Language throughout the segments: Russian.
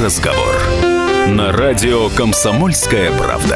разговор» на радио «Комсомольская правда».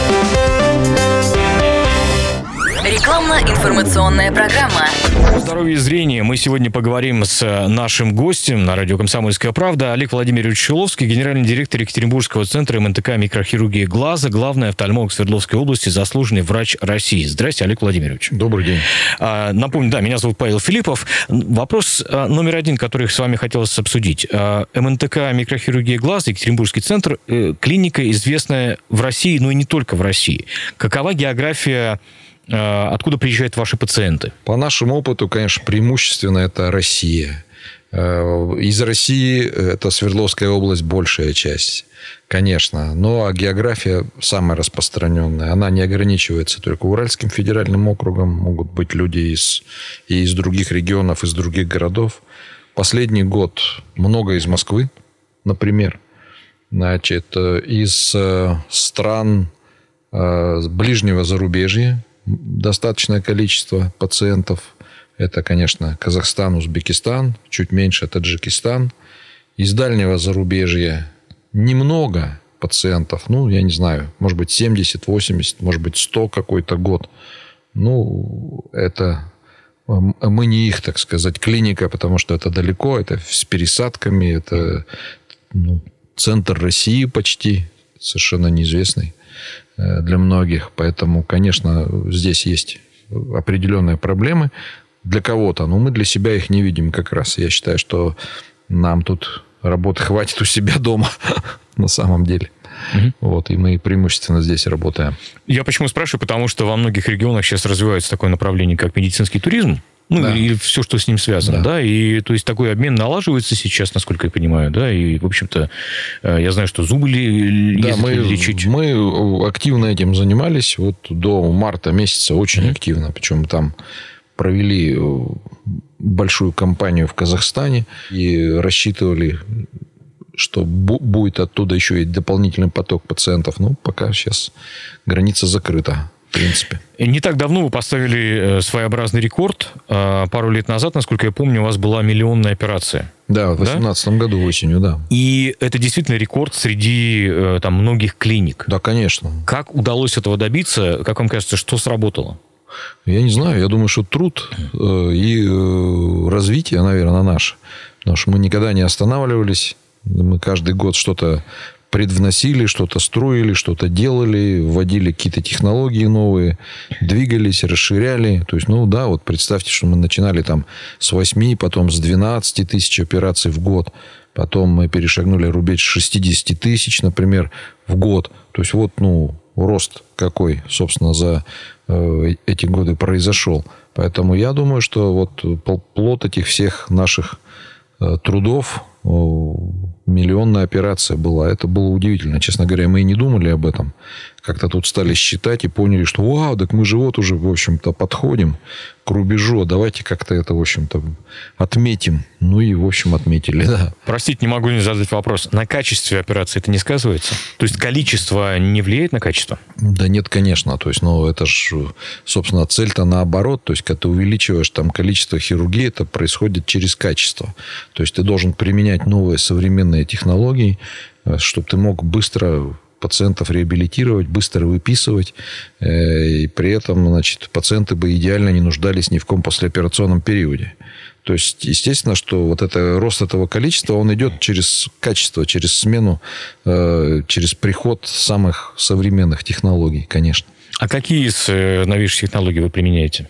Рекламно-информационная программа. Здоровье и зрение. Мы сегодня поговорим с нашим гостем на радио «Комсомольская правда». Олег Владимирович Шиловский, генеральный директор Екатеринбургского центра МНТК микрохирургии глаза, главный офтальмолог Свердловской области, заслуженный врач России. Здравствуйте, Олег Владимирович. Добрый день. Напомню, меня зовут Павел Филиппов. Вопрос номер один, который с вами хотелось обсудить. МНТК микрохирургии глаза, Екатеринбургский центр, клиника, известная в России, но и не только в России. Какова география? Откуда приезжают ваши пациенты? По нашему опыту, конечно, преимущественно это Россия. Из России это Свердловская область большая часть, конечно. Но география самая распространенная. Она не ограничивается только Уральским федеральным округом. Могут быть люди из других регионов, из других городов. Последний год много из Москвы, например. Значит, из стран ближнего зарубежья достаточное количество пациентов. Это, конечно, Казахстан, Узбекистан, чуть меньше Таджикистан. Из дальнего зарубежья немного пациентов. Я не знаю, может быть, 70, 80, может быть, 100 какой-то год. Это мы не их, так сказать, клиника, потому что это далеко, это с пересадками, это центр России почти, совершенно неизвестный для многих. Поэтому, конечно, здесь есть определенные проблемы для кого-то, но мы для себя их не видим как раз. Я считаю, что нам тут работы хватит у себя дома на самом деле. И мы преимущественно здесь работаем. Я почему спрашиваю? Потому что во многих регионах сейчас развивается такое направление, как медицинский туризм. И все, что с ним связано, да. И то есть такой обмен налаживается сейчас, насколько я понимаю, да. И, в общем-то, я знаю, что зубы лечить. Мы активно этим занимались. До марта месяца очень активно. Причем там провели большую кампанию в Казахстане и рассчитывали, что будет оттуда еще и дополнительный поток пациентов. Пока сейчас граница закрыта. В принципе. Не так давно вы поставили своеобразный рекорд. Пару лет назад, насколько я помню, у вас была миллионная операция. Да, в 2018 году осенью, да. И это действительно рекорд среди многих клиник. Да, конечно. Как удалось этого добиться? Как вам кажется, что сработало? Я не знаю. Я думаю, что труд и развитие, наверное, наше. Потому что мы никогда не останавливались. Мы каждый год что-то предвносили, что-то строили, что-то делали, вводили какие-то технологии новые, двигались, расширяли. То есть, представьте, что мы начинали там с 8, потом с 12 тысяч операций в год. Потом мы перешагнули рубеж 60 тысяч, например, в год. То есть, рост какой, собственно, за эти годы произошел. Поэтому я думаю, что плод этих всех наших трудов, миллионная операция была. Это было удивительно. Честно говоря, мы и не думали об этом. Как-то тут стали считать и поняли, что так мы же уже, в общем-то, подходим к рубежу. Давайте как-то это, в общем-то, отметим. В общем, отметили, да. Простите, не могу не задать вопрос. На качестве операции это не сказывается? То есть, количество не влияет на качество? Да нет, конечно. То есть, это же, собственно, цель-то наоборот. То есть, когда ты увеличиваешь там количество хирургии, это происходит через качество. То есть, ты должен применять новые современные технологии, чтобы ты мог быстро пациентов реабилитировать, быстро выписывать. И при этом, пациенты бы идеально не нуждались ни в каком послеоперационном периоде. То есть, естественно, что рост этого количества, он идет через качество, через смену, через приход самых современных технологий, конечно. А какие из новейших технологий вы применяете?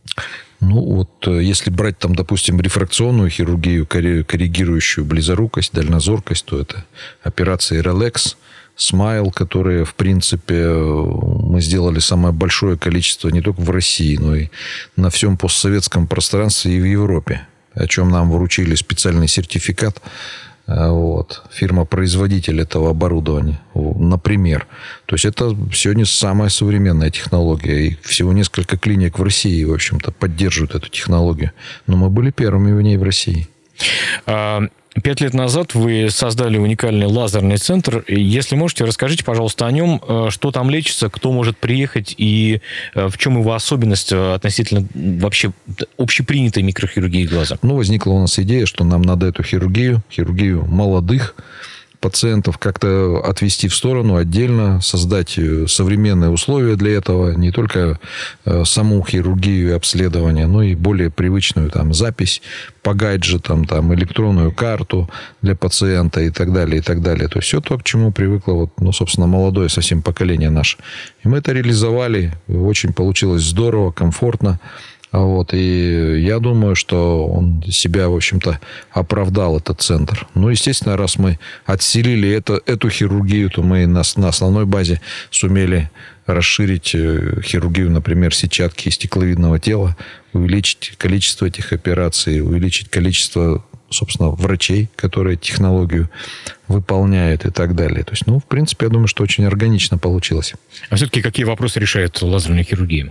Если брать, допустим, рефракционную хирургию, коррегирующую близорукость, дальнозоркость, то это операции RELEX, Smile, которые, в принципе, мы сделали самое большое количество не только в России, но и на всем постсоветском пространстве и в Европе, о чем нам вручили специальный сертификат. Фирма-производитель этого оборудования, например. То есть, это сегодня самая современная технология. И всего несколько клиник в России, в общем-то, поддерживают эту технологию. Но мы были первыми в ней в России. 5 лет назад вы создали уникальный лазерный центр. Если можете, расскажите, пожалуйста, о нем. Что там лечится, кто может приехать и в чем его особенность относительно вообще общепринятой микрохирургии глаза? Возникла у нас идея, что нам надо эту хирургию молодых пациентов как-то отвести в сторону отдельно, создать современные условия для этого, не только саму хирургию и обследование, но и более привычную там запись по гаджетам, там, электронную карту для пациента и так далее, и так далее. То есть все то, к чему привыкло, вот, ну, собственно, молодое совсем поколение наше. И мы это реализовали, очень получилось здорово, комфортно. Вот, и я думаю, что он себя, в общем-то, оправдал, этот центр. Ну, естественно, раз мы отселили эту хирургию, то мы на основной базе сумели расширить хирургию, например, сетчатки и стекловидного тела, увеличить количество этих операций, увеличить количество, собственно, врачей, которые технологию выполняют и так далее. То есть, ну, в принципе, я думаю, что очень органично получилось. А все-таки какие вопросы решает лазерная хирургия?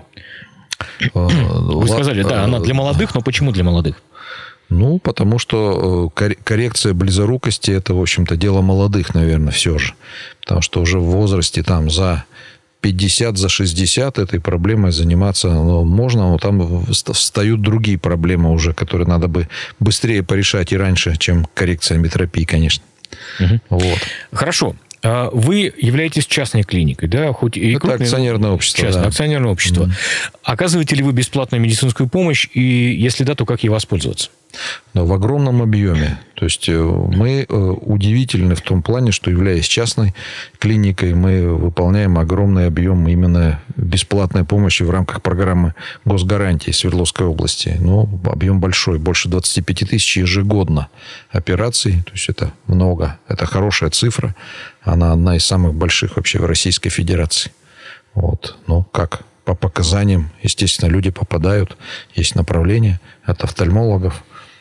Вы сказали, да, она для молодых, но почему для молодых? Ну, потому что коррекция близорукости – это, в общем-то, дело молодых, наверное, все же. Потому что уже в возрасте там за 50, за 60 этой проблемой заниматься можно, но там встают другие проблемы уже, которые надо бы быстрее порешать и раньше, чем коррекция метропии, конечно. Угу. Вот. Хорошо. Вы являетесь частной клиникой, да? Хоть и это акционерное общество. Частное, да. Акционерное общество. Оказываете ли вы бесплатную медицинскую помощь? И если да, то как ей воспользоваться? Да, в огромном объеме. То есть мы удивительны в том плане, что, являясь частной клиникой, мы выполняем огромный объем именно бесплатной помощи в рамках программы госгарантии Свердловской области. Но объем большой, больше 25 тысяч ежегодно операций. То есть это много. Это хорошая цифра. Она одна из самых больших вообще в Российской Федерации. Вот. Ну, как по показаниям, естественно, люди попадают. Есть направления от офтальмологов,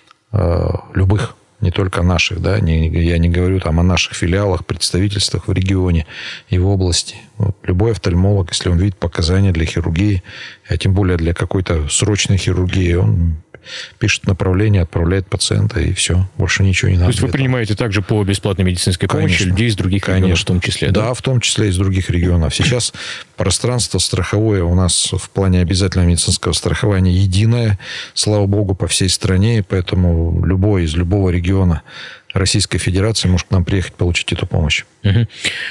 любых, не только наших, да, я не говорю там о наших филиалах, представительствах в регионе и в области. Вот, любой офтальмолог, если он видит показания для хирургии, а тем более для какой-то срочной хирургии, он пишет направление, отправляет пациента, и все. Больше ничего не надо. То есть вы принимаете также по бесплатной медицинской помощи людей из других регионов в том числе? Да? Да, в том числе из других регионов. Сейчас пространство страховое у нас в плане обязательного медицинского страхования единое, слава богу, по всей стране, и поэтому любой из любого региона Российской Федерации может к нам приехать получить эту помощь. Угу.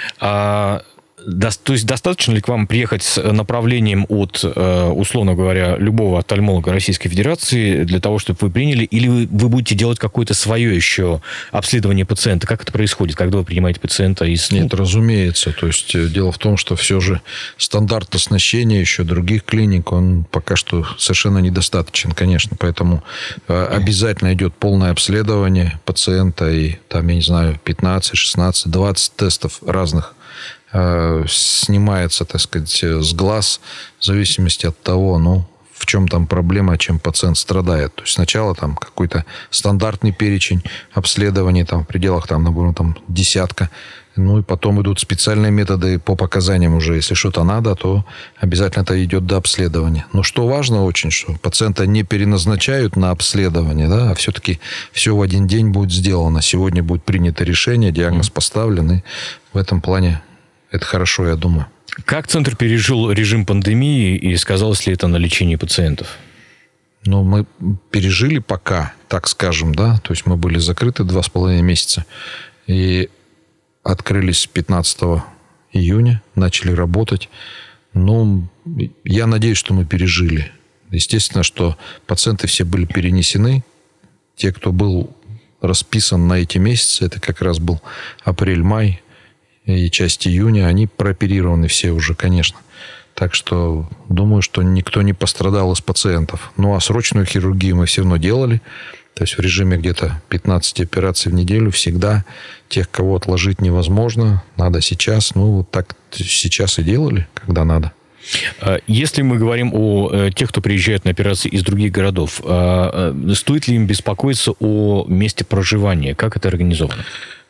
То есть достаточно ли к вам приехать с направлением от, условно говоря, любого офтальмолога Российской Федерации для того, чтобы вы приняли, или вы будете делать какое-то свое еще обследование пациента? Как это происходит, когда вы принимаете пациента из... Нет, разумеется. То есть дело в том, что все же стандарт оснащения еще других клиник, он пока что совершенно недостаточен, конечно. Поэтому обязательно идет полное обследование пациента, и там, я не знаю, 15, 16, 20 тестов разных снимается, так сказать, с глаз в зависимости от того, ну, в чем там проблема, чем пациент страдает. То есть сначала там какой-то стандартный перечень обследований там, в пределах там, например, там, десятка. Ну и потом идут специальные методы по показаниям уже. Если что-то надо, то обязательно это идет до обследования. Но что важно очень, что пациента не переназначают на обследование, да, а все-таки все в один день будет сделано. Сегодня будет принято решение, диагноз поставлен, и в этом плане это хорошо, я думаю. Как центр пережил режим пандемии и сказалось ли это на лечении пациентов? Ну, мы пережили пока, так скажем, да. То есть мы были закрыты 2,5 месяца. И открылись 15 июня, начали работать. Ну, я надеюсь, что мы пережили. Естественно, что пациенты все были перенесены. Те, кто был расписан на эти месяцы, это как раз был апрель-май, и часть июня, они прооперированы все уже, конечно. Так что думаю, что никто не пострадал из пациентов. Ну, а срочную хирургию мы все равно делали. То есть в режиме где-то 15 операций в неделю всегда. Тех, кого отложить невозможно, надо сейчас. Ну, вот так сейчас и делали, когда надо. Если мы говорим о тех, кто приезжает на операции из других городов, стоит ли им беспокоиться о месте проживания? Как это организовано?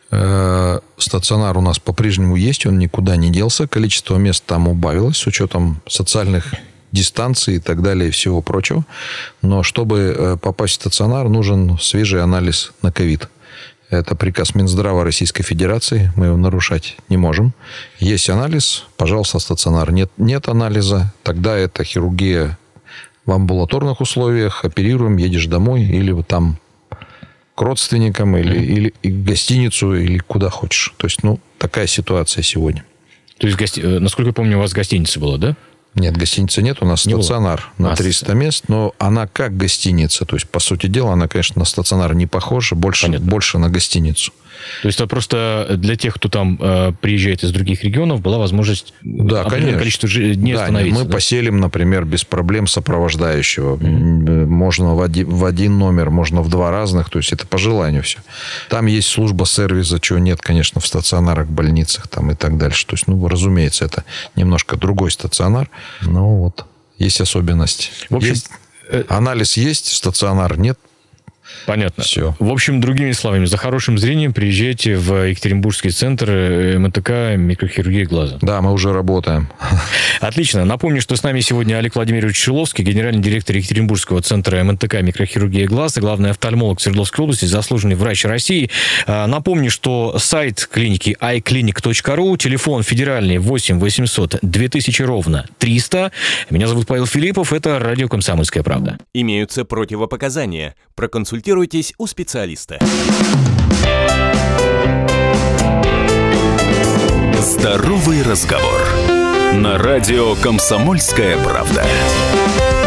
Стационар у нас по-прежнему есть, он никуда не делся. Количество мест там убавилось с учетом социальных дистанций и так далее, и всего прочего. Но чтобы попасть в стационар, нужен свежий анализ на ковид. Это приказ Минздрава Российской Федерации, мы его нарушать не можем. Есть анализ, пожалуйста, стационар. Нет анализа, тогда это хирургия в амбулаторных условиях, оперируем, едешь домой, или там к родственникам или в гостиницу, или куда хочешь. То есть, такая ситуация сегодня. То есть, насколько я помню, у вас гостиница была, да? Нет, гостиницы нет. У нас стационар на 300 мест, но она как гостиница. То есть, по сути дела, она, конечно, на стационар не похожа, больше на гостиницу. То есть, это просто для тех, кто там приезжает из других регионов, была возможность определенное количество дней остановиться. Мы поселим, например, без проблем сопровождающего. Можно в один номер, можно в 2 разных. То есть, это по желанию все. Там есть служба сервиса, чего нет, конечно, в стационарах, больницах там, и так дальше. То есть, разумеется, это немножко другой стационар. Есть особенности. В общем, анализ есть, стационар нет. Понятно. Все. В общем, другими словами, за хорошим зрением приезжайте в Екатеринбургский центр МТК «Микрохирургия глаза». Да, мы уже работаем. Отлично. Напомню, что с нами сегодня Олег Владимирович Шиловский, генеральный директор Екатеринбургского центра МТК «Микрохирургия глаза», главный офтальмолог Свердловской области, заслуженный врач России. Напомню, что сайт клиники iClinic.ru, телефон федеральный 8 800 2000 ровно 300. Меня зовут Павел Филиппов, это радио «Комсомольская правда». Имеются противопоказания. Проконсультируйтесь у специалиста. Здоровый разговор. На радио «Комсомольская правда».